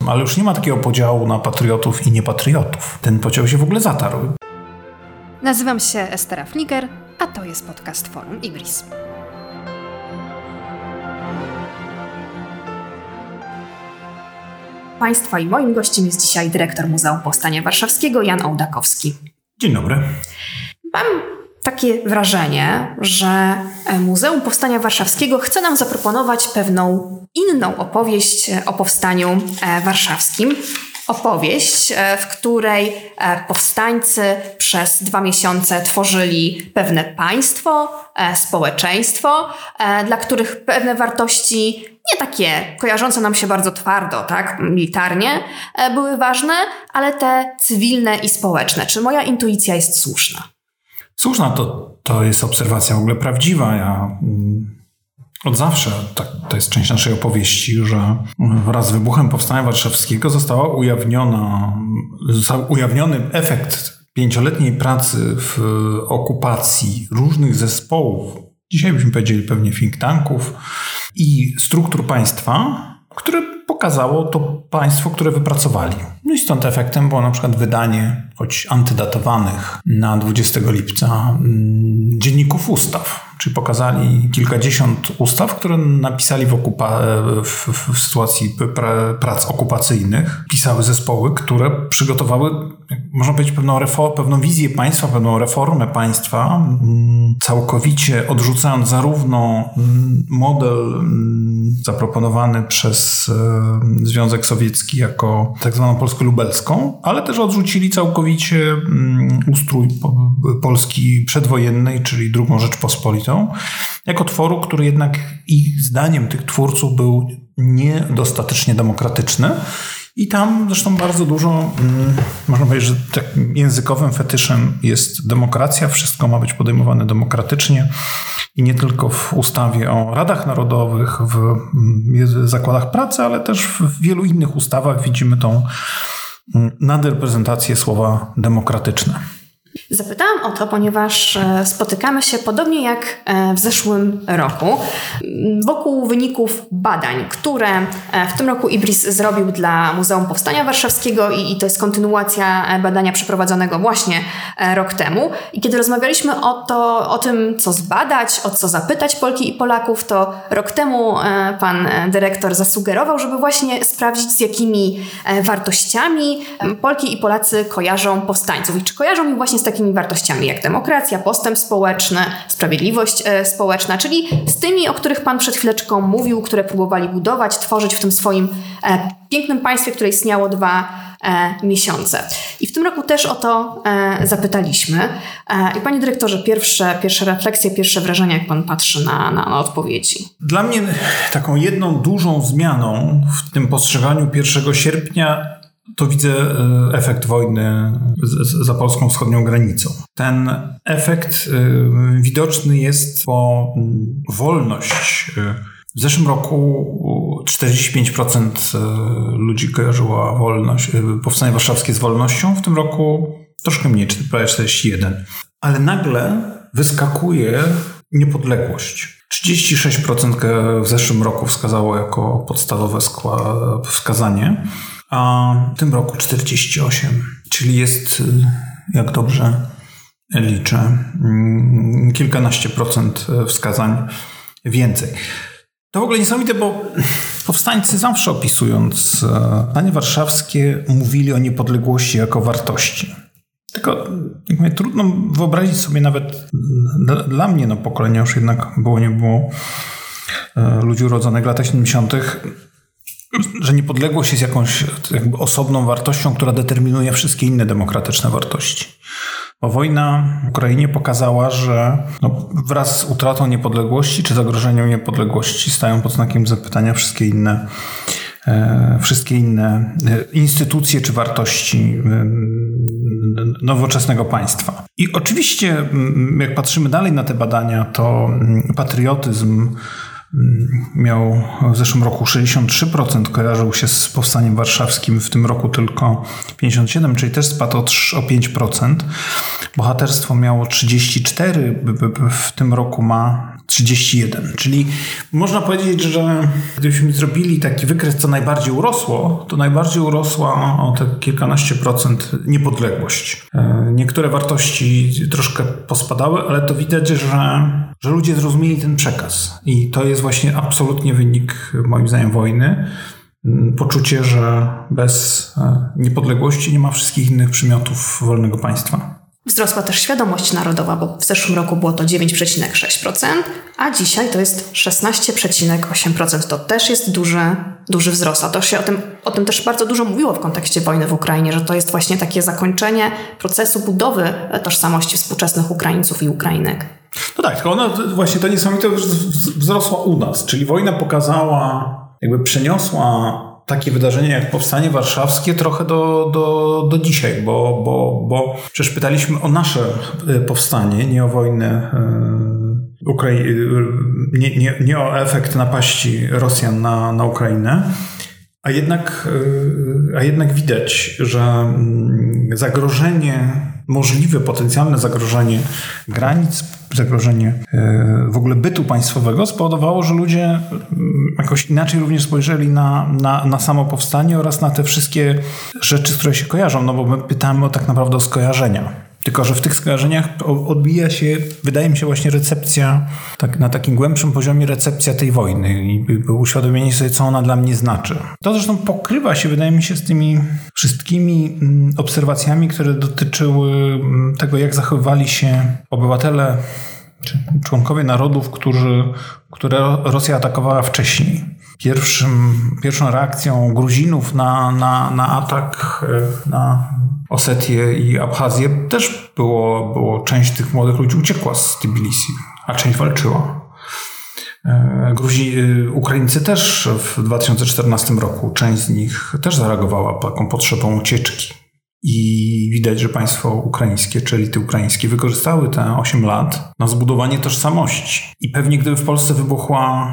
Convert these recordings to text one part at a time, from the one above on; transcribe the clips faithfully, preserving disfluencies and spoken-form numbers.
patriotyzm, ale już nie ma takiego podziału na patriotów i niepatriotów. Ten podział się w ogóle zatarł. Nazywam się Estera Fliger, a to jest podcast Forum Ibris. Państwa i moim gościem jest dzisiaj dyrektor Muzeum Powstania Warszawskiego Jan Ołdakowski. Dzień dobry. Mam takie wrażenie, że Muzeum Powstania Warszawskiego chce nam zaproponować pewną inną opowieść o powstaniu warszawskim. Opowieść, w której powstańcy przez dwa miesiące tworzyli pewne państwo, społeczeństwo, dla których pewne wartości, nie takie kojarzące nam się bardzo twardo, tak, militarnie, były ważne, ale te cywilne i społeczne. Czy moja intuicja jest słuszna? Słuszna, to, to jest obserwacja w ogóle prawdziwa. Ja mm, od zawsze, tak, to jest część naszej opowieści, że wraz z wybuchem Powstania Warszawskiego została ujawniona, został ujawniony efekt pięcioletniej pracy w okupacji różnych zespołów, dzisiaj byśmy powiedzieli pewnie think tanków i struktur państwa, które pokazało to państwo, które wypracowali. No i stąd efektem było na przykład wydanie, choć antydatowanych, na dwudziestego lipca dzienników ustaw. Czyli pokazali kilkadziesiąt ustaw, które napisali w, okupa- w, w sytuacji pra- prac okupacyjnych. Pisały zespoły, które przygotowały, można powiedzieć, pewną, refor- pewną wizję państwa, pewną reformę państwa, całkowicie odrzucając zarówno model zaproponowany przez Związek Sowiecki jako tak zwaną Polskę lubelską, ale też odrzucili całkowicie ustrój Polski przedwojennej, czyli drugą Rzeczpospolitą, jako tworu, który jednak ich zdaniem tych twórców był niedostatecznie demokratyczny. I tam zresztą bardzo dużo, można powiedzieć, że takim językowym fetyszem jest demokracja. Wszystko ma być podejmowane demokratycznie i nie tylko w ustawie o radach narodowych, w zakładach pracy, ale też w wielu innych ustawach widzimy tą nadreprezentację słowa demokratyczne. Zapytałam o to, ponieważ spotykamy się podobnie jak w zeszłym roku wokół wyników badań, które w tym roku Ibris zrobił dla Muzeum Powstania Warszawskiego i, i to jest kontynuacja badania przeprowadzonego właśnie rok temu. I kiedy rozmawialiśmy o, to, o tym, co zbadać, o co zapytać Polki i Polaków, to rok temu pan dyrektor zasugerował, żeby właśnie sprawdzić, z jakimi wartościami Polki i Polacy kojarzą powstańców i czy kojarzą ich właśnie z takimi wartościami jak demokracja, postęp społeczny, sprawiedliwość e, społeczna, czyli z tymi, o których pan przed chwileczką mówił, które próbowali budować, tworzyć w tym swoim e, pięknym państwie, które istniało dwa e, miesiące. I w tym roku też o to e, zapytaliśmy. E, I panie dyrektorze, pierwsze, pierwsze refleksje, pierwsze wrażenia, jak pan patrzy na, na, na odpowiedzi? Dla mnie taką jedną dużą zmianą w tym postrzeganiu pierwszego sierpnia to widzę efekt wojny za polską wschodnią granicą. Ten efekt widoczny jest, bo wolność. W zeszłym roku czterdzieści pięć procent ludzi kojarzyła wolność, Powstanie Warszawskie z wolnością. W tym roku troszkę mniej, prawie czterdzieści jeden procent. Ale nagle wyskakuje niepodległość. trzydzieści sześć procent w zeszłym roku wskazało jako podstawowe wskazanie, a w tym roku czterdzieści osiem procent, czyli jest, jak dobrze liczę, kilkanaście procent wskazań więcej. To w ogóle niesamowite, bo powstańcy zawsze opisując powstanie warszawskie mówili o niepodległości jako wartości. Tylko jak mówię, trudno wyobrazić sobie nawet dla, dla mnie, no pokolenia już jednak było, nie było ludzi urodzonych w latach siedemdziesiątych, że niepodległość jest jakąś jakby osobną wartością, która determinuje wszystkie inne demokratyczne wartości. Bo wojna w Ukrainie pokazała, że no, wraz z utratą niepodległości czy zagrożeniem niepodległości stają pod znakiem zapytania wszystkie inne, e, wszystkie inne instytucje czy wartości e, nowoczesnego państwa. I oczywiście, jak patrzymy dalej na te badania, to patriotyzm miał w zeszłym roku sześćdziesiąt trzy procent, kojarzył się z Powstaniem Warszawskim, w tym roku tylko pięćdziesiąt siedem procent, czyli też spadł o pięć procent. Bohaterstwo miało trzydzieści cztery procent, w tym roku ma trzydzieści jeden. Czyli można powiedzieć, że gdybyśmy zrobili taki wykres, co najbardziej urosło, to najbardziej urosła o te kilkanaście procent niepodległość. Niektóre wartości troszkę pospadały, ale to widać, że, że ludzie zrozumieli ten przekaz. I to jest właśnie absolutnie wynik, moim zdaniem, wojny. Poczucie, że bez niepodległości nie ma wszystkich innych przymiotów wolnego państwa. Wzrosła też świadomość narodowa, bo w zeszłym roku było to dziewięć przecinek sześć procent, a dzisiaj to jest szesnaście przecinek osiem procent. To też jest duży, duży wzrost. A to się o tym, o tym też bardzo dużo mówiło w kontekście wojny w Ukrainie, że to jest właśnie takie zakończenie procesu budowy tożsamości współczesnych Ukraińców i Ukrainek. No tak, tylko ona właśnie to niesamowite wzrosła u nas, czyli wojna pokazała, jakby przeniosła takie wydarzenie jak Powstanie Warszawskie trochę do, do, do dzisiaj, bo, bo, bo przecież pytaliśmy o nasze powstanie, nie o wojnę yy, Ukrai- nie, nie, nie o efekt napaści Rosjan na, na Ukrainę, a jednak, yy, a jednak widać, że yy, zagrożenie, możliwe potencjalne zagrożenie granic, zagrożenie w ogóle bytu państwowego spowodowało, że ludzie jakoś inaczej również spojrzeli na, na, na samo powstanie oraz na te wszystkie rzeczy, które się kojarzą, no bo my pytamy o tak naprawdę o skojarzenia. Tylko że w tych skojarzeniach odbija się, wydaje mi się, właśnie recepcja, tak na takim głębszym poziomie recepcja tej wojny i uświadomienie sobie, co ona dla mnie znaczy. To zresztą pokrywa się, wydaje mi się, z tymi wszystkimi obserwacjami, które dotyczyły tego, jak zachowywali się obywatele czy członkowie narodów, którzy, które Rosja atakowała wcześniej. Pierwszym, pierwszą reakcją Gruzinów na, na, na atak na Osetię i Abchazję też było, było część tych młodych ludzi uciekła z Tbilisi, a część walczyła. Gruzi, Ukraińcy też w dwa tysiące czternastym roku, część z nich też zareagowała taką potrzebą ucieczki. I widać, że państwo ukraińskie, czy elity ukraińskie wykorzystały te osiem lat na zbudowanie tożsamości. I pewnie gdyby w Polsce wybuchła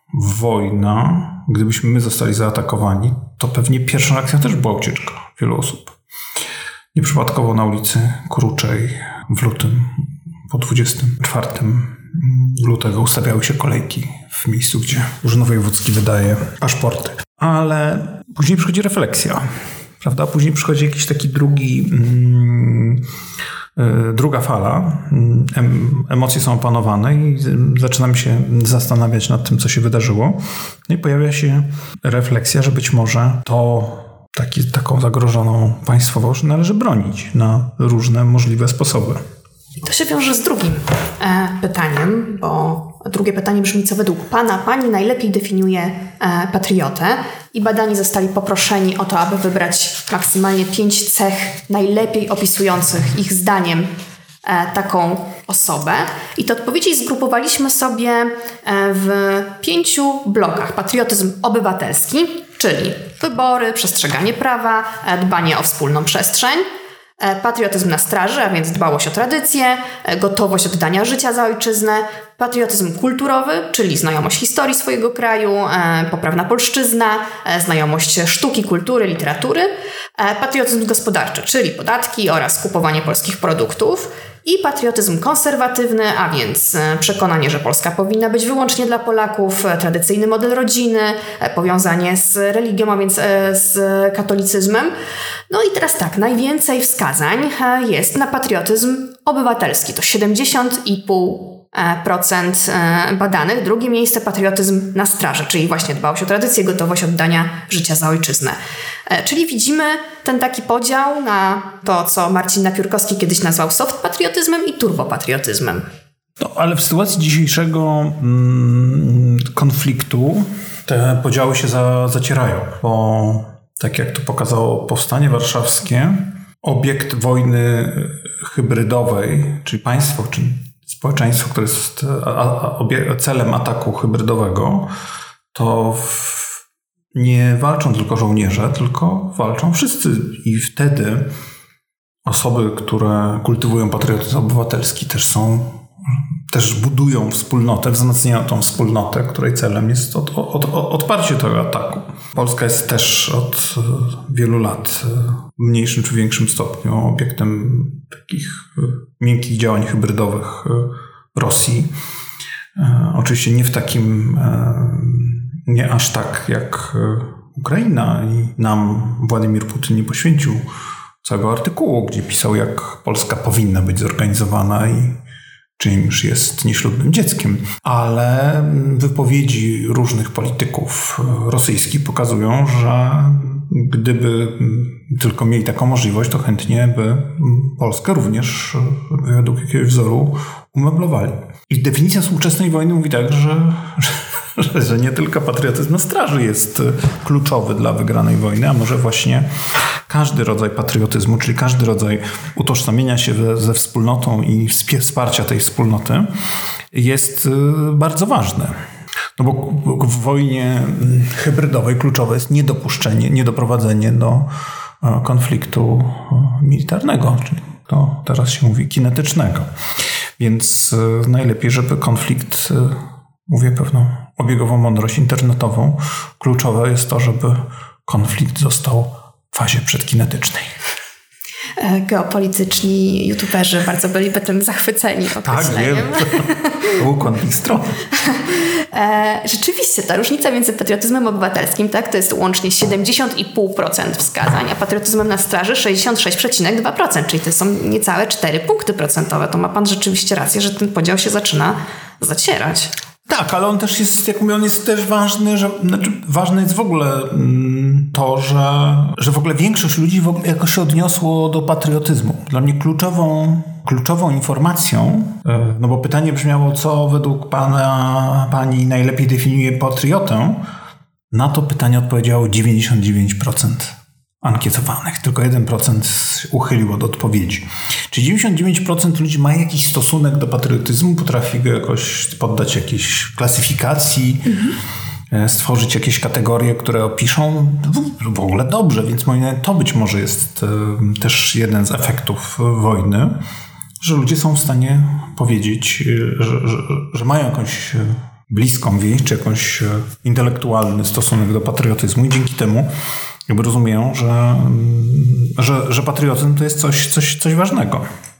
wojna, gdybyśmy my zostali zaatakowani, to pewnie pierwszą reakcją też była ucieczka wielu osób. Nieprzypadkowo na ulicy Kruczej w lutym, po dwudziestego czwartego lutego ustawiały się kolejki w miejscu, gdzie Urząd Wojewódzki wydaje paszporty. Ale później przychodzi refleksja, prawda? Później przychodzi jakiś taki drugi, mm, y, druga fala. Em, emocje są opanowane i zaczynamy się zastanawiać nad tym, co się wydarzyło. No i pojawia się refleksja, że być może to taki, taką zagrożoną państwowość należy bronić na różne możliwe sposoby. To się wiąże z drugim e, pytaniem, bo drugie pytanie brzmi, co według Pana, Pani najlepiej definiuje e, patriotę? I badani zostali poproszeni o to, aby wybrać maksymalnie pięć cech najlepiej opisujących ich zdaniem e, taką osobę. I te odpowiedzi zgrupowaliśmy sobie e, w pięciu blokach. Patriotyzm obywatelski, czyli wybory, przestrzeganie prawa, e, dbanie o wspólną przestrzeń. Patriotyzm na straży, a więc dbałość o tradycję, gotowość oddania życia za ojczyznę, patriotyzm kulturowy, czyli znajomość historii swojego kraju, poprawna polszczyzna, znajomość sztuki, kultury, literatury, patriotyzm gospodarczy, czyli podatki oraz kupowanie polskich produktów i patriotyzm konserwatywny, a więc przekonanie, że Polska powinna być wyłącznie dla Polaków, tradycyjny model rodziny, powiązanie z religią, a więc z katolicyzmem. No i teraz tak, najwięcej wskazań jest na patriotyzm obywatelski, to siedemdziesiąt przecinek pięć procent badanych. Drugie miejsce patriotyzm na straży, czyli właśnie dbałość o tradycję, gotowość oddania życia za ojczyznę. Czyli widzimy ten taki podział na to, co Marcin Napiórkowski kiedyś nazwał soft patriotyzmem i turbopatriotyzmem. No, ale w sytuacji dzisiejszego mm, konfliktu te podziały się za, zacierają, bo tak jak to pokazało Powstanie Warszawskie, obiekt wojny hybrydowej, czyli państwo, czy społeczeństwo, które jest celem ataku hybrydowego, to w, nie walczą tylko żołnierze, tylko walczą wszyscy. I wtedy osoby, które kultywują patriotyzm obywatelski, też są, też budują wspólnotę, wzmacniają tą wspólnotę, której celem jest od, od, od, odparcie tego ataku. Polska jest też od wielu lat w mniejszym czy większym stopniu obiektem takich miękkich działań hybrydowych Rosji. Oczywiście nie w takim, nie aż tak jak Ukraina i nam Władimir Putin nie poświęcił całego artykułu, gdzie pisał, jak Polska powinna być zorganizowana i czymś jest nieślubnym dzieckiem. Ale wypowiedzi różnych polityków rosyjskich pokazują, że gdyby tylko mieli taką możliwość, to chętnie by Polskę również według jakiegoś wzoru umeblowali. I definicja współczesnej wojny mówi tak, że, że, że nie tylko patriotyzm na straży jest kluczowy dla wygranej wojny, a może właśnie każdy rodzaj patriotyzmu, czyli każdy rodzaj utożsamienia się ze, ze wspólnotą i wsparcia tej wspólnoty jest bardzo ważny. No bo w wojnie hybrydowej kluczowe jest niedopuszczenie, niedoprowadzenie do konfliktu militarnego, czyli to teraz się mówi kinetycznego. Więc najlepiej, żeby konflikt, mówię pewną obiegową mądrość internetową, kluczowe jest to, żeby konflikt został w fazie przedkinetycznej. Geopolityczni youtuberzy bardzo byliby tym zachwyceni określeniem. Tak, wiem. To był konflikt stron. Rzeczywiście, ta różnica między patriotyzmem obywatelskim, tak, to jest łącznie siedemdziesiąt i pół procent wskazań, a patriotyzmem na straży sześćdziesiąt sześć przecinek dwa procent, czyli to są niecałe cztery punkty procentowe. To ma pan rzeczywiście rację, że ten podział się zaczyna zacierać. Tak, ale on też jest, jak mówię, on jest też ważny, że znaczy ważne jest w ogóle to, że, że w ogóle większość ludzi w ogóle jakoś się odniosło do patriotyzmu. Dla mnie kluczową, kluczową informacją, no bo pytanie brzmiało, co według pana, pani najlepiej definiuje patriotę, na to pytanie odpowiedziało dziewięćdziesiąt dziewięć procent ankietowanych. Tylko jeden procent uchylił od odpowiedzi. Czyli dziewięćdziesiąt dziewięć procent ludzi ma jakiś stosunek do patriotyzmu, potrafi go jakoś poddać jakiejś klasyfikacji, mhm. stworzyć jakieś kategorie, które opiszą w ogóle dobrze, więc moim zdaniem to być może jest też jeden z efektów wojny, że ludzie są w stanie powiedzieć, że, że, że mają jakąś bliską więź, czy jakąś intelektualny stosunek do patriotyzmu i dzięki temu jakby rozumieją, że, że, że patriotyzm to jest coś, coś, coś ważnego.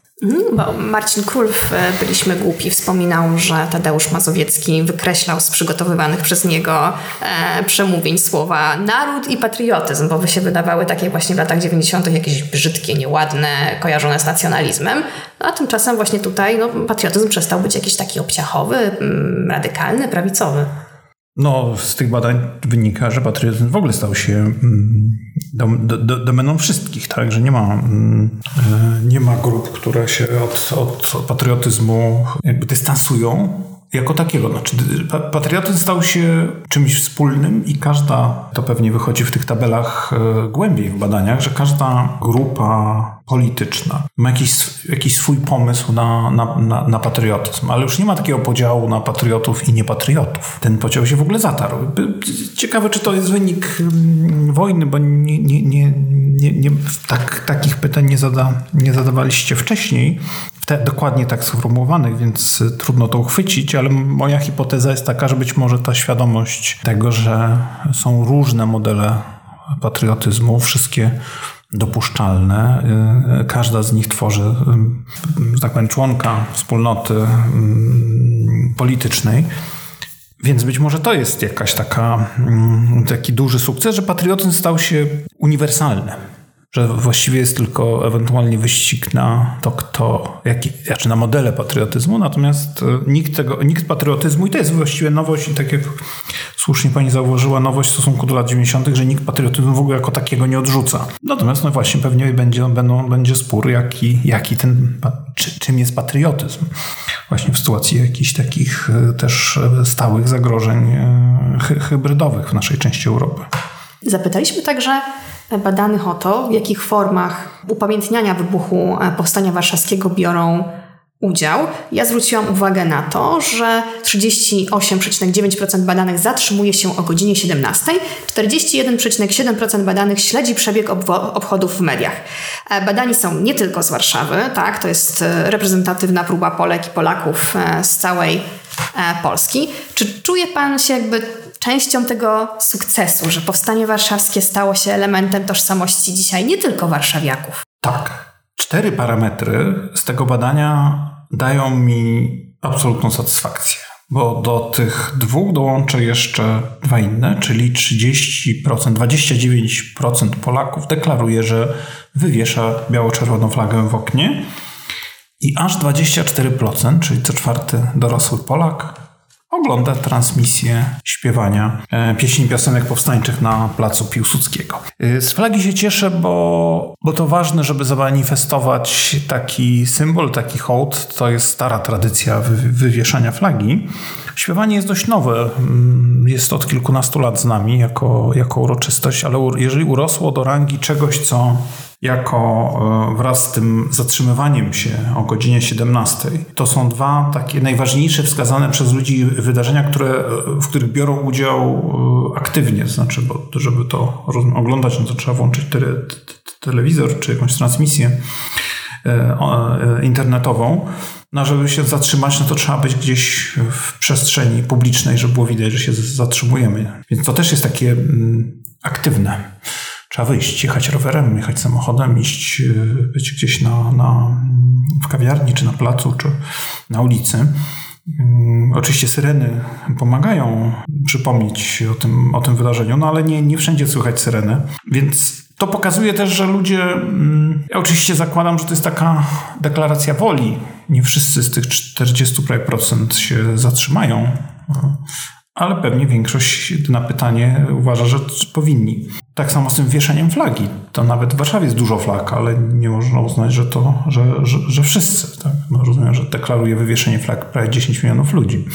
Bo Marcin Król w Byliśmy Głupi wspominał, że Tadeusz Mazowiecki wykreślał z przygotowywanych przez niego e, przemówień słowa naród i patriotyzm, bo by się wydawały takie właśnie w latach dziewięćdziesiątych jakieś brzydkie, nieładne, kojarzone z nacjonalizmem. No a tymczasem właśnie tutaj no, patriotyzm przestał być jakiś taki obciachowy, mm, radykalny, prawicowy. No, z tych badań wynika, że patriotyzm w ogóle stał się dom, do, do, domeną wszystkich, tak? Że nie ma, nie ma grup, które się od, od patriotyzmu jakby dystansują jako takiego. Znaczy, patriotyzm stał się czymś wspólnym i każda, to pewnie wychodzi w tych tabelach głębiej w badaniach, że każda grupa polityczna ma jakiś, jakiś swój pomysł na, na, na, na patriotyzm, ale już nie ma takiego podziału na patriotów i niepatriotów. Ten podział się w ogóle zatarł. Ciekawe, czy to jest wynik wojny, bo nie, nie, nie, nie, nie, tak, takich pytań nie, zada, nie zadawaliście wcześniej, te, dokładnie tak sformułowanych, więc trudno to uchwycić, ale moja hipoteza jest taka, że być może ta świadomość tego, że są różne modele patriotyzmu, wszystkie dopuszczalne. Każda z nich tworzy, że tak powiem, członka wspólnoty politycznej. Więc być może to jest jakaś taka, taki duży sukces, że patriotyzm stał się uniwersalny. Że właściwie jest tylko ewentualnie wyścig na to, kto, jaki, znaczy na modele patriotyzmu, natomiast nikt tego, nikt patriotyzmu, i to jest właściwie nowość, i tak jak słusznie pani zauważyła, nowość w stosunku do lat dziewięćdziesiątych, że nikt patriotyzmu w ogóle jako takiego nie odrzuca. Natomiast no właśnie pewnie będzie, będą, będzie spór, jaki, jaki ten, czy, czym jest patriotyzm. Właśnie w sytuacji jakichś takich też stałych zagrożeń hy, hybrydowych w naszej części Europy. Zapytaliśmy także badanych o to, w jakich formach upamiętniania wybuchu Powstania Warszawskiego biorą udział. Ja zwróciłam uwagę na to, że trzydzieści osiem przecinek dziewięć procent badanych zatrzymuje się o godzinie siedemnastej, czterdzieści jeden przecinek siedem procent badanych śledzi przebieg obwo- obchodów w mediach. Badani są nie tylko z Warszawy, tak, to jest reprezentatywna próba Polek i Polaków z całej Polski. Czy czuje pan się jakby częścią tego sukcesu, że Powstanie Warszawskie stało się elementem tożsamości dzisiaj nie tylko warszawiaków? Tak. Cztery parametry z tego badania dają mi absolutną satysfakcję. bo do tych dwóch dołączę jeszcze dwa inne, czyli trzydzieści procent, dwadzieścia dziewięć procent Polaków deklaruje, że wywiesza biało-czerwoną flagę w oknie i aż dwadzieścia cztery procent, czyli co czwarty dorosły Polak, ogląda transmisję śpiewania e, pieśni piosenek powstańczych na placu Piłsudskiego. E, z flagi się cieszę, bo, bo to ważne, żeby zamanifestować taki symbol, taki hołd. To jest stara tradycja wy, wywieszania flagi. Śpiewanie jest dość nowe. Jest od kilkunastu lat z nami jako, jako uroczystość, ale jeżeli urosło do rangi czegoś, co jako wraz z tym zatrzymywaniem się o godzinie siedemnastej, to są dwa takie najważniejsze wskazane przez ludzi wydarzenia, które, w których biorą udział aktywnie. Znaczy, bo żeby to oglądać, no to trzeba włączyć te, te, telewizor czy jakąś transmisję internetową. No a żeby się zatrzymać, no to trzeba być gdzieś w przestrzeni publicznej, żeby było widać, że się zatrzymujemy. Więc to też jest takie mm, aktywne. Trzeba wyjść, jechać rowerem, jechać samochodem, iść, być gdzieś na, na, w kawiarni, czy na placu, czy na ulicy. Um, oczywiście syreny pomagają przypomnieć o tym, o tym wydarzeniu, no ale nie, nie wszędzie słychać syreny. Więc to pokazuje też, że ludzie... Um, ja oczywiście zakładam, że to jest taka deklaracja woli. Nie wszyscy z tych czterdziestu procent się zatrzymają, ale pewnie większość na pytanie uważa, że powinni. Tak samo z tym wieszeniem flagi. To nawet w Warszawie jest dużo flag, ale nie można uznać, że to, że, że, że wszyscy. Tak? No rozumiem, że deklaruje wywieszenie flag prawie dziesięć milionów ludzi.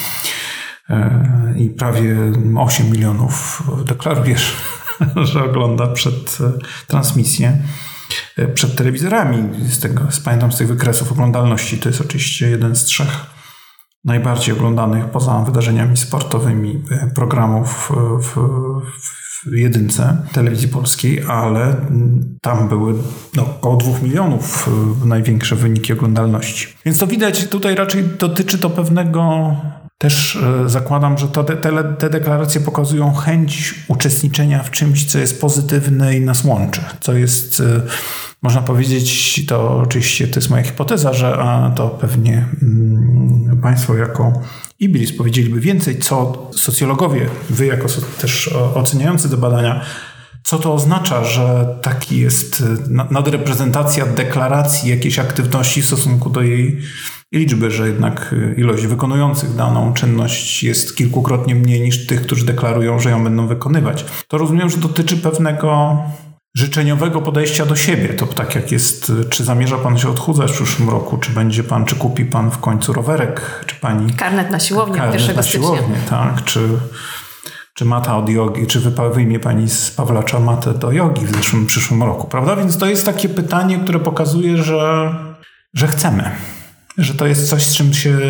I prawie osiem milionów deklarujesz, że ogląda przed transmisję, przed telewizorami. Z tego, pamiętam z tych wykresów oglądalności, to jest oczywiście jeden z trzech najbardziej oglądanych poza wydarzeniami sportowymi programów w, w jedynce telewizji polskiej, ale tam były no, około dwóch milionów największe wyniki oglądalności. Więc to widać, tutaj raczej dotyczy to pewnego, też zakładam, że to, te, te deklaracje pokazują chęć uczestniczenia w czymś, co jest pozytywne i nas łączy, co jest... Można powiedzieć, to oczywiście to jest moja hipoteza, że a to pewnie mm, Państwo jako IBRIS powiedzieliby więcej, co socjologowie, wy jako so, też oceniający te badania, co to oznacza, że taki jest nadreprezentacja deklaracji jakiejś aktywności w stosunku do jej liczby, że jednak ilość wykonujących daną czynność jest kilkukrotnie mniej niż tych, którzy deklarują, że ją będą wykonywać. To rozumiem, że dotyczy pewnego życzeniowego podejścia do siebie. To tak jak jest, czy zamierza pan się odchudzać w przyszłym roku, czy będzie pan, czy kupi pan w końcu rowerek, czy pani... Karnet na siłownię karnet pierwszego na siłownię, stycznia. tak, czy, czy mata od jogi, czy wyjmie pani z Pawlacza matę do jogi w zeszłym, przyszłym roku, prawda? Więc to jest takie pytanie, które pokazuje, że, że chcemy, że to jest coś, z czym się,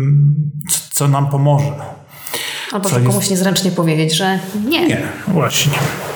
co nam pomoże. Albo że komuś jest... niezręcznie powiedzieć, że nie. Nie, właśnie.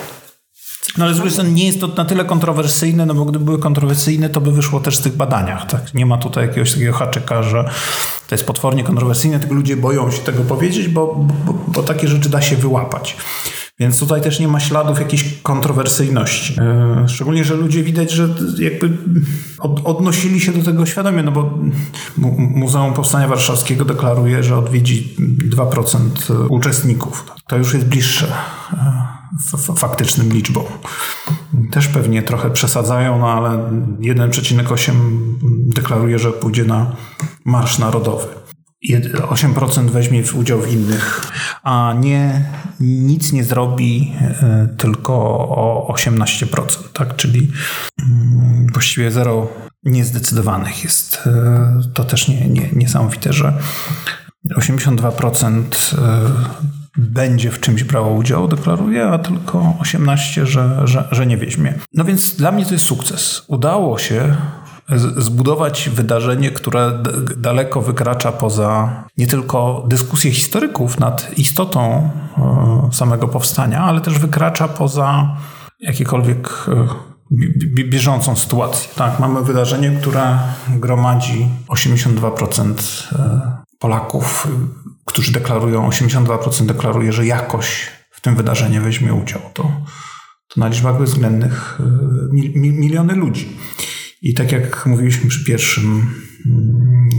No ale z drugiej strony nie jest to na tyle kontrowersyjne, no bo gdyby były kontrowersyjne, to by wyszło też w tych badaniach. Tak? Nie ma tutaj jakiegoś takiego haczyka, że to jest potwornie kontrowersyjne, tylko ludzie boją się tego powiedzieć, bo, bo, bo takie rzeczy da się wyłapać. Więc tutaj też nie ma śladów jakiejś kontrowersyjności. Yy, szczególnie, że ludzie widać, że jakby od, odnosili się do tego świadomie, no bo Muzeum Powstania Warszawskiego deklaruje, że odwiedzi dwa procent uczestników. To już jest bliższe yy, faktycznym liczbom. Też pewnie trochę przesadzają, no ale jeden przecinek osiem deklaruje, że pójdzie na Marsz Narodowy. osiem procent weźmie udział w innych, a nie nic nie zrobi y, tylko o osiemnaście procent, tak? Czyli y, właściwie zero niezdecydowanych jest. Y, to też nie, nie, niesamowite, że osiemdziesiąt dwa procent y, będzie w czymś brało udział, deklaruje, a tylko osiemnaście procent, że, że, że nie weźmie. No więc dla mnie to jest sukces. Udało się zbudować wydarzenie, które d- daleko wykracza poza nie tylko dyskusję historyków nad istotą e, samego powstania, ale też wykracza poza jakiekolwiek e, b- bieżącą sytuację. Tak, mamy wydarzenie, które gromadzi osiemdziesiąt dwa procent e, Polaków, którzy deklarują, osiemdziesiąt dwa procent deklaruje, że jakoś w tym wydarzeniu weźmie udział. To, to na liczbach bezwzględnych e, mi- miliony ludzi. I tak jak mówiliśmy przy pierwszym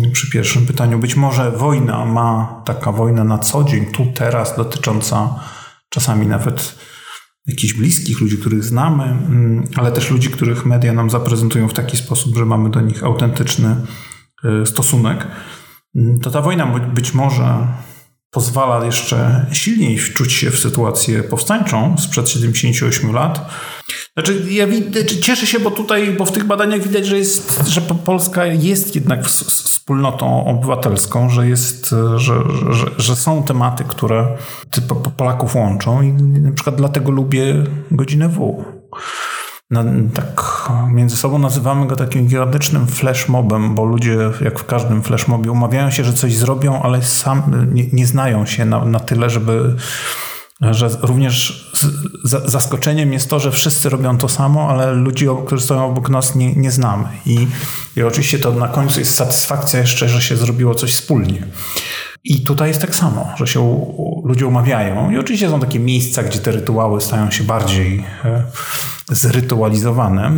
przy pierwszym pytaniu. Być może wojna ma, taka wojna na co dzień, tu, teraz, dotycząca czasami nawet jakichś bliskich ludzi, których znamy, ale też ludzi, których media nam zaprezentują w taki sposób, że mamy do nich autentyczny stosunek. To ta wojna być może pozwala jeszcze silniej wczuć się w sytuację powstańczą sprzed siedemdziesięciu ośmiu lat. Znaczy, ja widzę, cieszę się, bo tutaj, bo w tych badaniach widać, że, jest, że Polska jest jednak wspólnotą obywatelską, że, jest, że, że, że są tematy, które Polaków łączą i na przykład dlatego lubię Godzinę W. No, tak między sobą nazywamy go takim gigantycznym flashmobem, bo ludzie, jak w każdym flashmobie, umawiają się, że coś zrobią, ale sam nie, nie znają się na, na tyle, żeby że również z, zaskoczeniem jest to, że wszyscy robią to samo, ale ludzi, którzy stoją obok nas, nie, nie znamy. I, I oczywiście to na końcu jest satysfakcja jeszcze, że się zrobiło coś wspólnie. I tutaj jest tak samo, że się u, u, ludzie umawiają. I oczywiście są takie miejsca, gdzie te rytuały stają się bardziej e, zrytualizowane.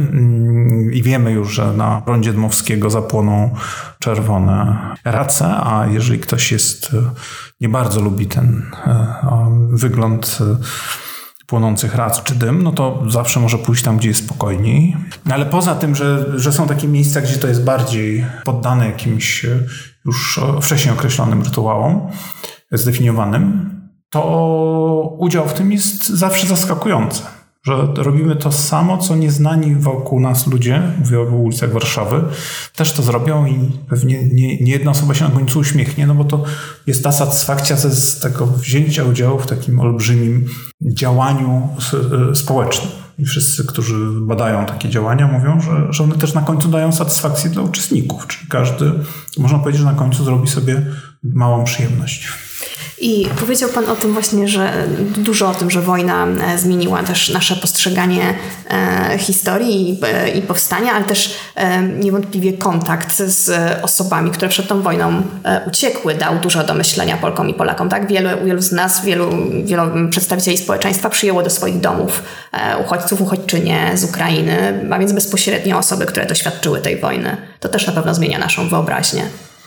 I wiemy już, że na rondzie Dmowskiego zapłoną czerwone race, a jeżeli ktoś jest, nie bardzo lubi ten e, wygląd e, płonących rac czy dym, no to zawsze może pójść tam, gdzie jest spokojniej. Ale poza tym, że, że są takie miejsca, gdzie to jest bardziej poddane jakimś już wcześniej określonym rytuałom, zdefiniowanym, to udział w tym jest zawsze zaskakujący. Że robimy to samo, co nieznani wokół nas ludzie, mówię o ulicach Warszawy, też to zrobią i pewnie nie, nie jedna osoba się na końcu uśmiechnie, no bo to jest ta satysfakcja ze, z tego wzięcia udziału w takim olbrzymim działaniu społecznym. I wszyscy, którzy badają takie działania, mówią, że, że one też na końcu dają satysfakcję dla uczestników. Czyli każdy, można powiedzieć, że na końcu zrobi sobie małą przyjemność. I powiedział Pan o tym właśnie, że dużo o tym, że wojna zmieniła też nasze postrzeganie e, historii i, e, i powstania, ale też e, niewątpliwie kontakt z osobami, które przed tą wojną e, uciekły, dał dużo do myślenia Polkom i Polakom. Tak? Wielu, wielu z nas, wielu, wielu przedstawicieli społeczeństwa przyjęło do swoich domów e, uchodźców, uchodźczynie z Ukrainy, a więc bezpośrednio osoby, które doświadczyły tej wojny. To też na pewno zmienia naszą wyobraźnię.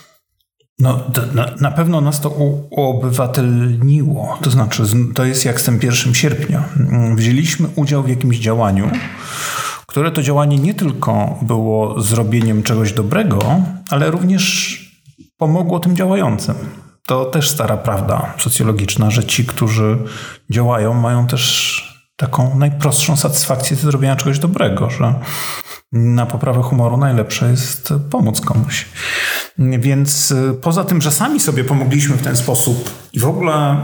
No, na, na pewno nas to u, uobywatelniło. To znaczy, to jest jak z tym pierwszego sierpnia. Wzięliśmy udział w jakimś działaniu, które to działanie nie tylko było zrobieniem czegoś dobrego, ale również pomogło tym działającym. To też stara prawda socjologiczna, że ci, którzy działają, mają też taką najprostszą satysfakcję z zrobienia czegoś dobrego, że na poprawę humoru najlepsze jest pomóc komuś. Więc poza tym, że sami sobie pomogliśmy w ten sposób i w ogóle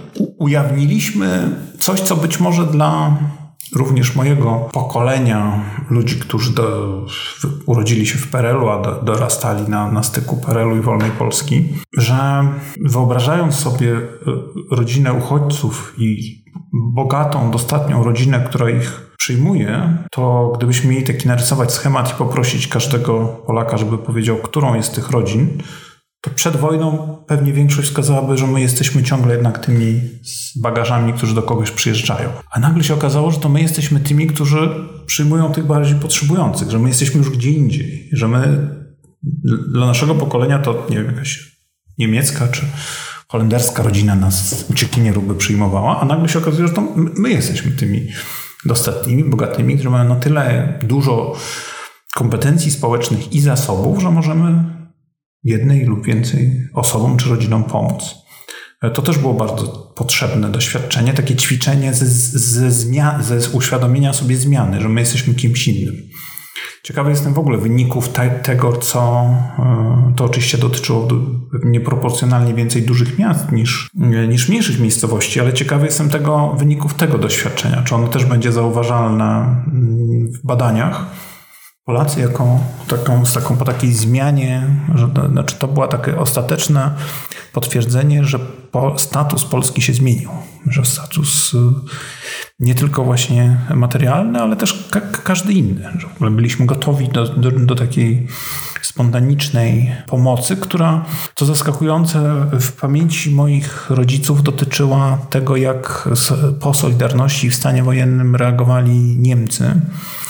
ujawniliśmy coś, co być może dla również mojego pokolenia, ludzi, którzy do, urodzili się w P R L u, a do, dorastali na, na styku P R L u i wolnej Polski, że wyobrażając sobie rodzinę uchodźców i bogatą, dostatnią rodzinę, która ich przyjmuje, to gdybyśmy mieli taki narysować schemat i poprosić każdego Polaka, żeby powiedział, którą jest z tych rodzin, to przed wojną pewnie większość wskazałaby, że my jesteśmy ciągle jednak tymi z bagażami, którzy do kogoś przyjeżdżają. A nagle się okazało, że to my jesteśmy tymi, którzy przyjmują tych bardziej potrzebujących, że my jesteśmy już gdzie indziej, że my dla naszego pokolenia to, nie wiem, jakaś niemiecka czy holenderska rodzina nas uciekinierów by przyjmowała, a nagle się okazuje, że to my, my jesteśmy tymi dostatnimi, bogatymi, którzy mają na tyle dużo kompetencji społecznych i zasobów, że możemy jednej lub więcej osobom czy rodzinom pomóc. To też było bardzo potrzebne doświadczenie, takie ćwiczenie ze, ze, zmian, ze uświadomienia sobie zmiany, że my jesteśmy kimś innym. Ciekawy jestem w ogóle wyników te, tego, co to oczywiście dotyczyło nieproporcjonalnie więcej dużych miast niż, niż mniejszych miejscowości, ale ciekawy jestem tego wyników tego doświadczenia. Czy ono też będzie zauważalne w badaniach? Polacy jako taką, z taką po takiej zmianie, że to, znaczy to było takie ostateczne potwierdzenie, że po, status Polski się zmienił, że status nie tylko właśnie materialny, ale też ka- każdy inny, że w ogóle byliśmy gotowi do, do, do takiej spontanicznej pomocy, która, co zaskakujące, w pamięci moich rodziców dotyczyła tego, jak po Solidarności w stanie wojennym reagowali Niemcy,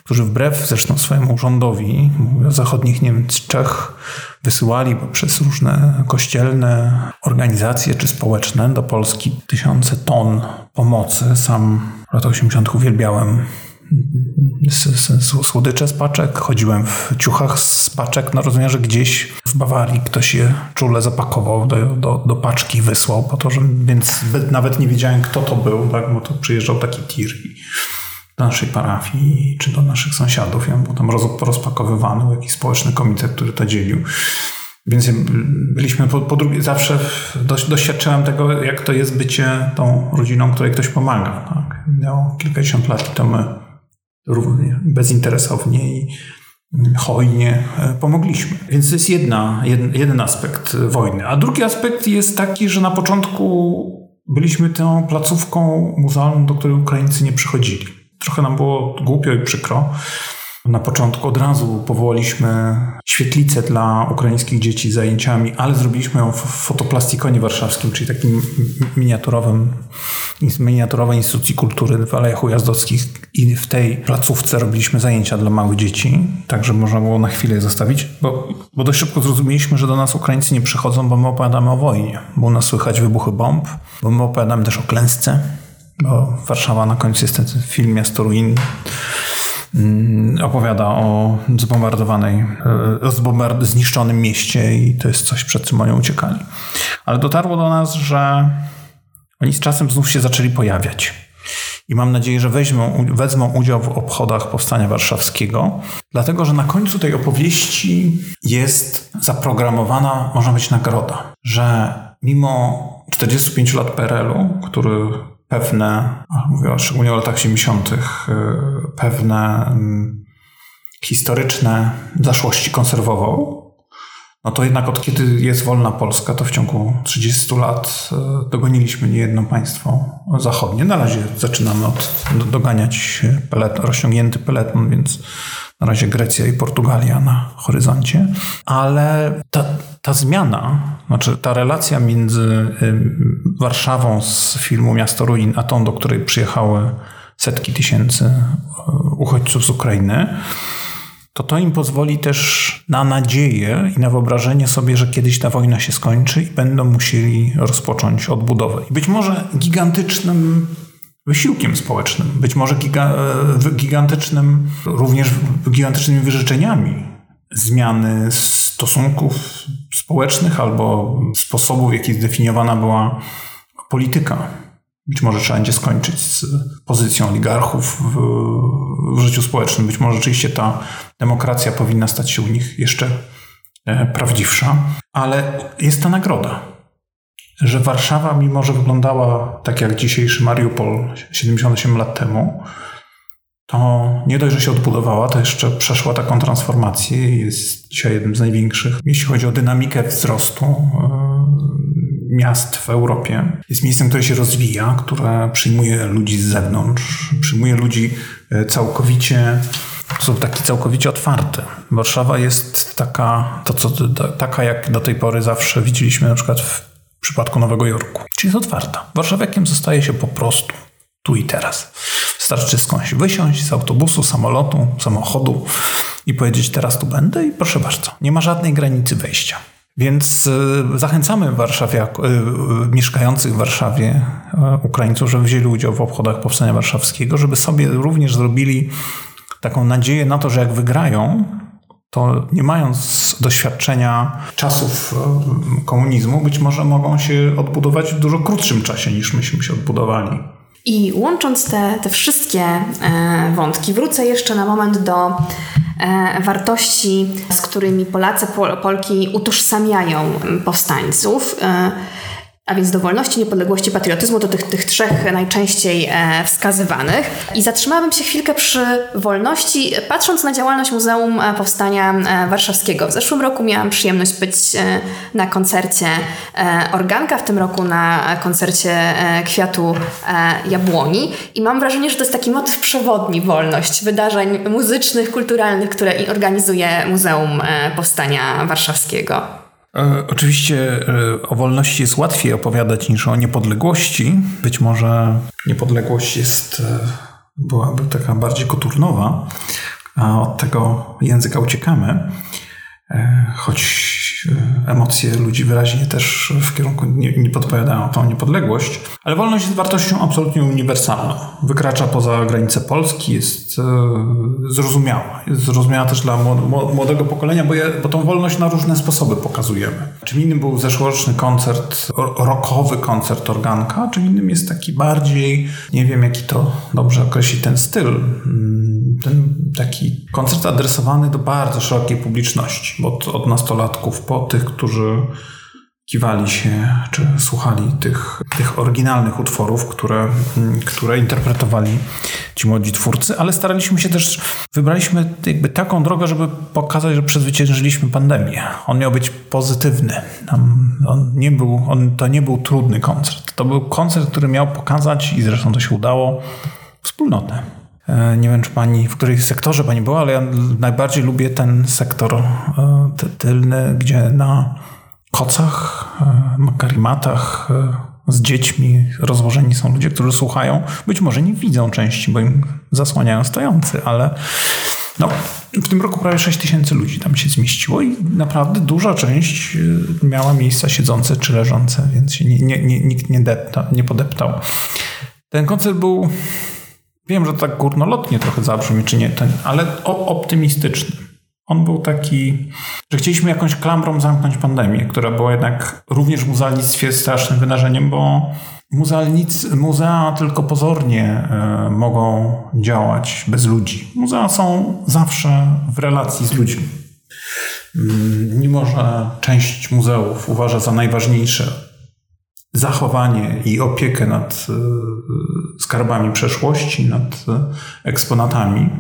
którzy wbrew zresztą swojemu rządowi, mówię o zachodnich Niemczech, wysyłali poprzez różne kościelne organizacje czy społeczne do Polski tysiące ton pomocy. Sam w latach osiemdziesiątych uwielbiałem słodycze z paczek. Chodziłem w ciuchach z paczek. No rozumiem, że gdzieś w Bawarii ktoś je czule zapakował do, do, do paczki i wysłał po to, że, więc nawet nie wiedziałem, kto to był, tak? Bo to przyjeżdżał taki tir do naszej parafii czy do naszych sąsiadów. Ja był tam roz, rozpakowywany jakiś społeczny komitet, który to dzielił. Więc byliśmy po, po drugie, zawsze dość, doświadczyłem tego, jak to jest bycie tą rodziną, której ktoś pomaga. Tak? Miało kilkadziesiąt lat i to my równie bezinteresownie i hojnie pomogliśmy. Więc to jest jedna, jeden, jeden aspekt wojny. A drugi aspekt jest taki, że na początku byliśmy tą placówką muzealną, do której Ukraińcy nie przychodzili. Trochę nam było głupio i przykro. Na początku od razu powołaliśmy świetlicę dla ukraińskich dzieci z zajęciami, ale zrobiliśmy ją w fotoplastikonie warszawskim, czyli takim miniaturowym, miniaturowej instytucji kultury w Alejach Ujazdowskich, i w tej placówce robiliśmy zajęcia dla małych dzieci, tak żeby można było na chwilę je zostawić, bo, bo dość szybko zrozumieliśmy, że do nas Ukraińcy nie przychodzą, bo my opowiadamy o wojnie, bo u nas słychać wybuchy bomb, bo my opowiadamy też o klęsce, bo Warszawa na końcu jest ten film Miasto Ruin, opowiada o zbombardowanej, zbombard- zniszczonym mieście i to jest coś, przed czym oni uciekali. Ale dotarło do nas, że oni z czasem znów się zaczęli pojawiać. I mam nadzieję, że weźmą, wezmą udział w obchodach Powstania Warszawskiego, dlatego że na końcu tej opowieści jest zaprogramowana, można być, nagroda. Że mimo czterdziestu pięciu lat P R L u, który pewne, mówię szczególnie o latach siedemdziesiątych, pewne um, historyczne zaszłości konserwował, no to jednak od kiedy jest wolna Polska, to w ciągu trzydziestu lat dogoniliśmy niejedno państwo zachodnie. Na razie zaczynamy od doganiać peleton, rozciągnięty peleton, więc na razie Grecja i Portugalia na horyzoncie. Ale ta, ta zmiana, znaczy ta relacja między Warszawą z filmu Miasto Ruin, a tą, do której przyjechały setki tysięcy uchodźców z Ukrainy, to to im pozwoli też na nadzieję i na wyobrażenie sobie, że kiedyś ta wojna się skończy i będą musieli rozpocząć odbudowę. I być może gigantycznym wysiłkiem społecznym, być może giga, gigantycznym, również gigantycznymi wyrzeczeniami zmiany stosunków społecznych albo sposobu, w jaki zdefiniowana była polityka. Być może trzeba będzie skończyć z pozycją oligarchów w, w życiu społecznym. Być może rzeczywiście ta demokracja powinna stać się u nich jeszcze prawdziwsza. Ale jest ta nagroda, że Warszawa, mimo że wyglądała tak jak dzisiejszy Mariupol siedemdziesiąt osiem lat temu, to nie dość, że się odbudowała, to jeszcze przeszła taką transformację i jest dzisiaj jednym z największych, jeśli chodzi o dynamikę wzrostu miast w Europie. Jest miejscem, które się rozwija, które przyjmuje ludzi z zewnątrz, przyjmuje ludzi całkowicie, w sposób taki całkowicie otwarty. Warszawa jest taka, to co, taka jak do tej pory zawsze widzieliśmy na przykład w przypadku Nowego Jorku. Czyli jest otwarta. Warszawiakiem zostaje się po prostu tu i teraz. Wystarczy skądś wysiąść z autobusu, samolotu, samochodu i powiedzieć: teraz tu będę i proszę bardzo. Nie ma żadnej granicy wejścia. Więc y, zachęcamy warszawiak, y, y, mieszkających w Warszawie y, Ukraińców, żeby wzięli udział w obchodach Powstania Warszawskiego, żeby sobie również zrobili taką nadzieję na to, że jak wygrają, to nie mając doświadczenia czasów y, komunizmu, być może mogą się odbudować w dużo krótszym czasie niż myśmy się odbudowali. I łącząc te, te wszystkie e, wątki, wrócę jeszcze na moment do e, wartości, z którymi Polacy, Pol, Polki utożsamiają powstańców. E, a więc do wolności, niepodległości, patriotyzmu, do tych, tych trzech najczęściej e, wskazywanych. I zatrzymałabym się chwilkę przy wolności, patrząc na działalność Muzeum Powstania Warszawskiego. W zeszłym roku miałam przyjemność być e, na koncercie e, Organka, w tym roku na koncercie e, Kwiatu e, Jabłoni. I mam wrażenie, że to jest taki motyw przewodni, wolność wydarzeń muzycznych, kulturalnych, które organizuje Muzeum e, Powstania Warszawskiego. E, oczywiście e, o wolności jest łatwiej opowiadać niż o niepodległości. Być może niepodległość jest, e, byłaby taka bardziej koturnowa. W a od tego języka uciekamy, choć emocje ludzi wyraźnie też w kierunku nie, nie podpowiadają tą niepodległość, ale wolność jest wartością absolutnie uniwersalną. Wykracza poza granice Polski, jest e, zrozumiała. Jest zrozumiała też dla młodego pokolenia, bo, je, bo tą wolność na różne sposoby pokazujemy. Czym innym był zeszłoroczny koncert, rockowy koncert organka, czym innym jest taki bardziej, nie wiem jaki to dobrze określić ten styl, ten taki koncert adresowany do bardzo szerokiej publiczności, od, od nastolatków po tych, którzy kiwali się, czy słuchali tych, tych oryginalnych utworów, które, które interpretowali ci młodzi twórcy, ale staraliśmy się też, wybraliśmy jakby taką drogę, żeby pokazać, że przezwyciężyliśmy pandemię. On miał być pozytywny. On nie był, on, to nie był trudny koncert. To był koncert, który miał pokazać, i zresztą to się udało, wspólnotę. Nie wiem, czy pani, w którym sektorze pani była, ale ja najbardziej lubię ten sektor tylny, gdzie na kocach, makarimatach z dziećmi rozłożeni są ludzie, którzy słuchają. Być może nie widzą części, bo im zasłaniają stojący, ale no, w tym roku prawie sześć tysięcy ludzi tam się zmieściło i naprawdę duża część miała miejsca siedzące czy leżące, więc się nie, nie, nie, nikt nie, depta, nie podeptał. Ten koncert był... Wiem, że tak górnolotnie trochę zabrzmi, czy nie, ten, ale optymistyczny. On był taki, że chcieliśmy jakąś klamrą zamknąć pandemię, która była jednak również w muzealnictwie strasznym wydarzeniem, bo muzealnicy, muzea tylko pozornie y, mogą działać bez ludzi. Muzea są zawsze w relacji z ludźmi. Y, mimo że część muzeów uważa za najważniejsze zachowanie i opiekę nad skarbami przeszłości, nad eksponatami,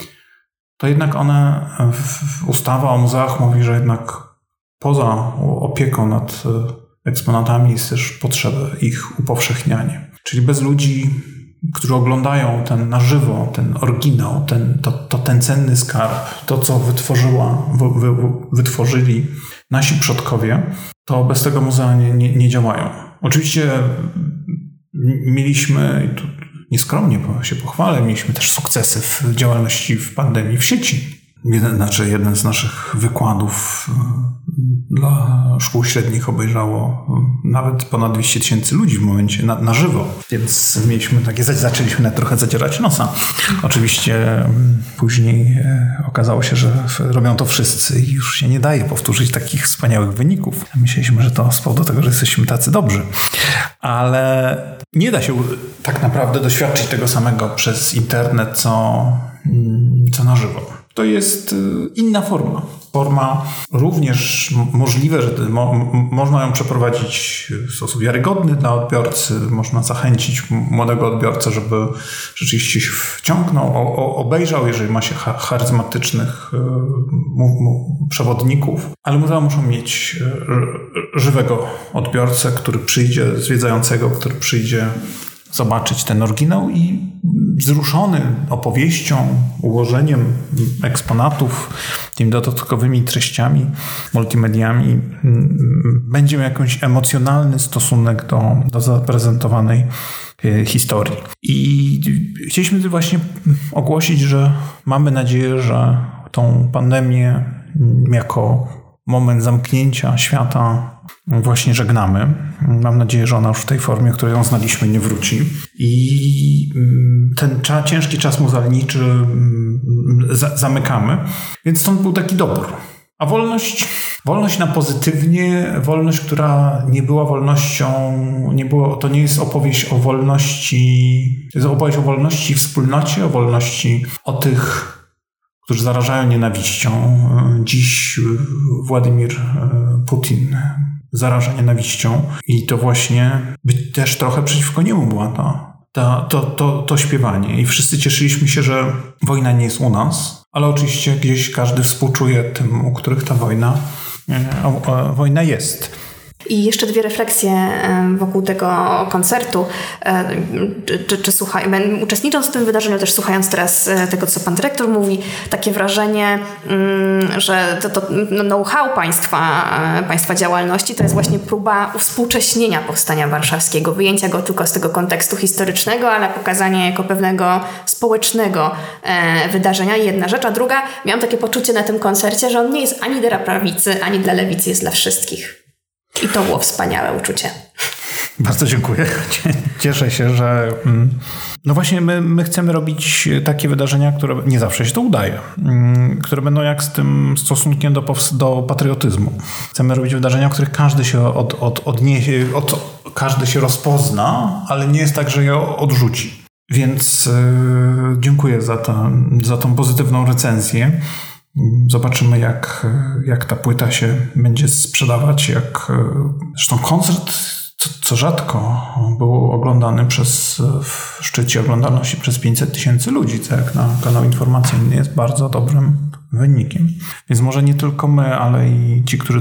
to jednak one, ustawa o muzeach mówi, że jednak poza opieką nad eksponatami jest też potrzeba ich upowszechniania. Czyli bez ludzi, którzy oglądają ten na żywo, ten oryginał, ten, to, to ten cenny skarb, to co wytworzyła, wy, wy, wytworzyli nasi przodkowie, to bez tego muzea nie, nie, nie działają. Oczywiście mieliśmy, i tu nieskromnie się pochwalę, mieliśmy też sukcesy w działalności w pandemii w sieci. Jeden, znaczy jeden z naszych wykładów dla szkół średnich obejrzało nawet ponad dwieście tysięcy ludzi w momencie na, na żywo, więc mieliśmy takie, zaczęliśmy nawet trochę zadzierać nosa. Oczywiście później okazało się, że robią to wszyscy i już się nie daje powtórzyć takich wspaniałych wyników. Myśleliśmy, że to z powodu tego, że jesteśmy tacy dobrzy, ale nie da się tak naprawdę doświadczyć tego samego przez internet, co, co na żywo. To jest inna forma. Forma również możliwe, że mo, można ją przeprowadzić w sposób wiarygodny dla odbiorcy. Można zachęcić młodego odbiorcę, żeby rzeczywiście się wciągnął, o, o, obejrzał, jeżeli ma się charyzmatycznych mu, mu, przewodników. Ale muzea muszą mieć żywego odbiorcę, który przyjdzie, zwiedzającego, który przyjdzie zobaczyć ten oryginał i wzruszony opowieścią, ułożeniem eksponatów, tymi dodatkowymi treściami, multimediami, będzie miał jakiś emocjonalny stosunek do, do zaprezentowanej historii. I chcieliśmy właśnie ogłosić, że mamy nadzieję, że tą pandemię jako moment zamknięcia świata właśnie żegnamy. Mam nadzieję, że ona już w tej formie, której ją znaliśmy, nie wróci. I ten cza, ciężki czas muzealniczy za, zamykamy. Więc stąd był taki dobór. A wolność, wolność na pozytywnie, wolność, która nie była wolnością, nie było, to nie jest opowieść o wolności, to jest opowieść o wolności w wspólnocie, o wolności o tych, którzy zarażają nienawiścią. Dziś Władimir Putin zaraża nienawiścią i to właśnie być też trochę przeciwko niemu była ta, ta, to, to, to śpiewanie. I wszyscy cieszyliśmy się, że wojna nie jest u nas, ale oczywiście gdzieś każdy współczuje tym, u których ta wojna, o, o, wojna jest. I jeszcze dwie refleksje wokół tego koncertu. Czy, czy słuchaj, uczestnicząc w tym wydarzeniu, też słuchając teraz tego, co pan dyrektor mówi, takie wrażenie, że to, to know-how państwa, państwa działalności to jest właśnie próba uwspółcześnienia powstania warszawskiego, wyjęcia go tylko z tego kontekstu historycznego, ale pokazania jako pewnego społecznego wydarzenia. Jedna rzecz, a druga, miałam takie poczucie na tym koncercie, że on nie jest ani dla prawicy, ani dla lewicy, jest dla wszystkich. I to było wspaniałe uczucie. Bardzo dziękuję. Cieszę się, że no właśnie my, my chcemy robić takie wydarzenia, które nie zawsze się to udaje, które będą jak z tym stosunkiem do, do patriotyzmu. Chcemy robić wydarzenia, w których każdy się od, od, odniesie, od, każdy się rozpozna, ale nie jest tak, że je odrzuci. Więc yy, dziękuję za, to, za tą pozytywną recenzję. Zobaczymy, jak, jak ta płyta się będzie sprzedawać. Jak, zresztą koncert, co, co rzadko, był oglądany przez, w szczycie oglądalności przez pięćset tysięcy ludzi, co jak na kanał informacyjny jest bardzo dobrym wynikiem. Więc może nie tylko my, ale i ci, którzy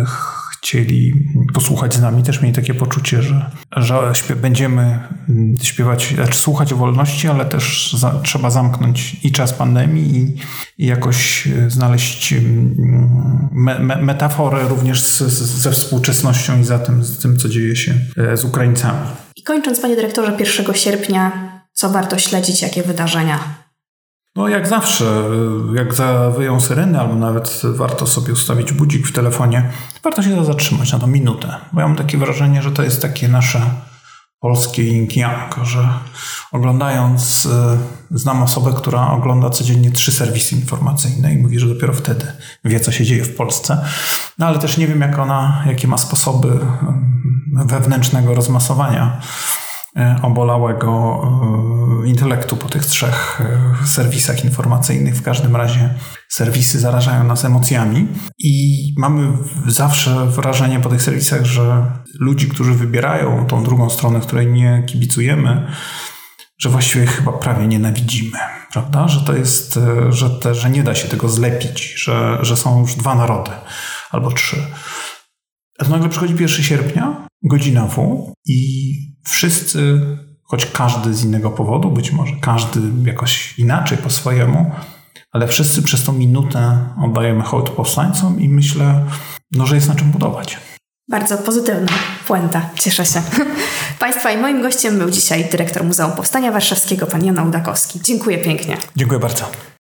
chcieli posłuchać z nami, też mieli takie poczucie, że, że śpiew, będziemy śpiewać, znaczy słuchać o wolności, ale też za, trzeba zamknąć i czas pandemii i, i jakoś znaleźć me, me, metaforę również z, z, ze współczesnością i za tym, z tym, co dzieje się z Ukraińcami. I kończąc, panie dyrektorze, pierwszego sierpnia, co warto śledzić, jakie wydarzenia? No jak zawsze, jak zawyją syreny, albo nawet warto sobie ustawić budzik w telefonie, warto się zatrzymać na tą minutę. Bo ja mam takie wrażenie, że to jest takie nasze polskie yin-yang, że oglądając, znam osobę, która ogląda codziennie trzy serwisy informacyjne i mówi, że dopiero wtedy wie, co się dzieje w Polsce. No ale też nie wiem, jak ona, jakie ma sposoby wewnętrznego rozmasowania obolałego intelektu po tych trzech serwisach informacyjnych. W każdym razie serwisy zarażają nas emocjami i mamy zawsze wrażenie po tych serwisach, że ludzi, którzy wybierają tą drugą stronę, której nie kibicujemy, że właściwie chyba prawie nienawidzimy, prawda? Że to jest, że, te, że nie da się tego zlepić, że, że są już dwa narody albo trzy. A nagle przychodzi pierwszego sierpnia, godzina W i wszyscy, choć każdy z innego powodu, być może każdy jakoś inaczej po swojemu, ale wszyscy przez tą minutę oddajemy hołd powstańcom i myślę, no, że jest na czym budować. Bardzo pozytywna puenta. Cieszę się. Państwa i moim gościem był dzisiaj dyrektor Muzeum Powstania Warszawskiego, pan Jan Ołdakowski. Dziękuję pięknie. Dziękuję bardzo.